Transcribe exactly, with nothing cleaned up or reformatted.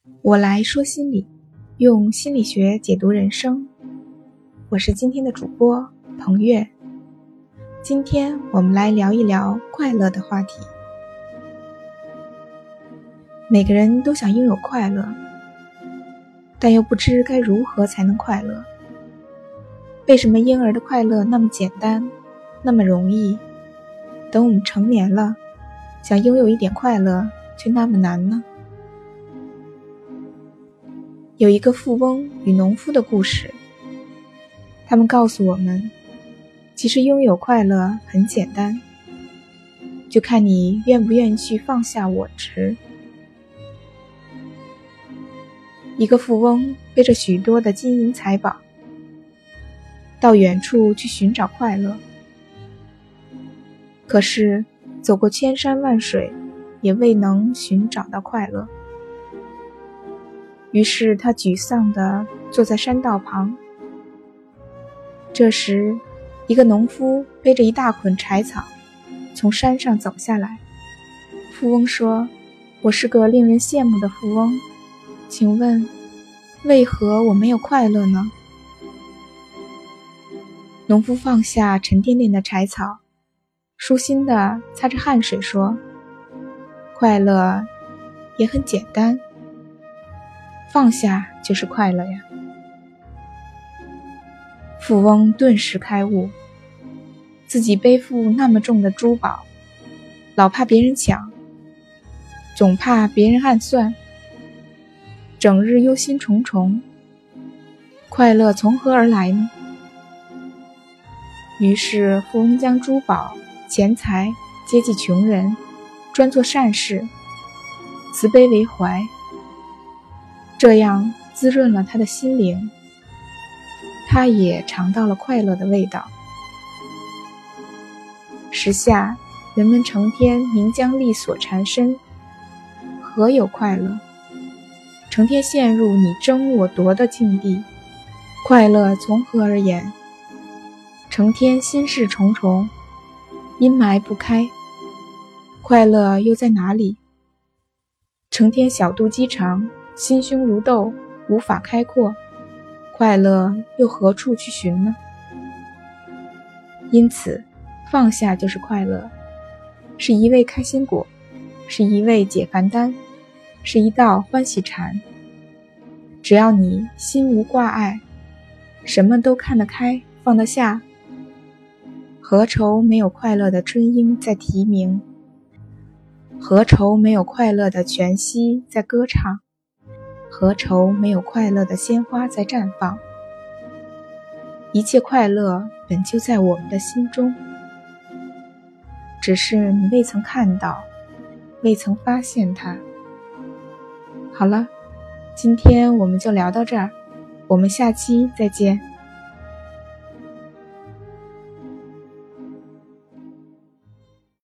我来说心理，用心理学解读人生。我是今天的主播彭月。今天我们来聊一聊快乐的话题。每个人都想拥有快乐，但又不知该如何才能快乐。为什么婴儿的快乐那么简单，那么容易？等我们成年了，想拥有一点快乐却那么难呢？有一个富翁与农夫的故事，他们告诉我们，其实拥有快乐很简单，就看你愿不愿意去放下我执。一个富翁背着许多的金银财宝，到远处去寻找快乐，可是走过千山万水，也未能寻找到快乐。于是他沮丧地坐在山道旁。这时，一个农夫背着一大捆柴草从山上走下来。富翁说：“我是个令人羡慕的富翁，请问，为何我没有快乐呢？”农夫放下沉甸甸的柴草，舒心地擦着汗水说：“快乐也很简单。放下就是快乐呀。”富翁顿时开悟，自己背负那么重的珠宝，老怕别人抢，总怕别人暗算，整日忧心忡忡，快乐从何而来呢？于是富翁将珠宝、钱财接济穷人，专做善事，慈悲为怀，这样滋润了他的心灵，他也尝到了快乐的味道。时下人们成天名将利所缠身，何有快乐？成天陷入你争我夺的境地，快乐从何而言？成天心事重重，阴霾不开，快乐又在哪里？成天小肚鸡肠，心胸如豆，无法开阔，快乐又何处去寻呢？因此，放下就是快乐，是一味开心果，是一味解烦丹，是一道欢喜禅。只要你心无挂碍，什么都看得开，放得下，何愁没有快乐的春莺在啼鸣？何愁没有快乐的泉溪在歌唱？何愁没有快乐的鲜花在绽放？一切快乐本就在我们的心中，只是你未曾看到，未曾发现它。好了，今天我们就聊到这儿，我们下期再见。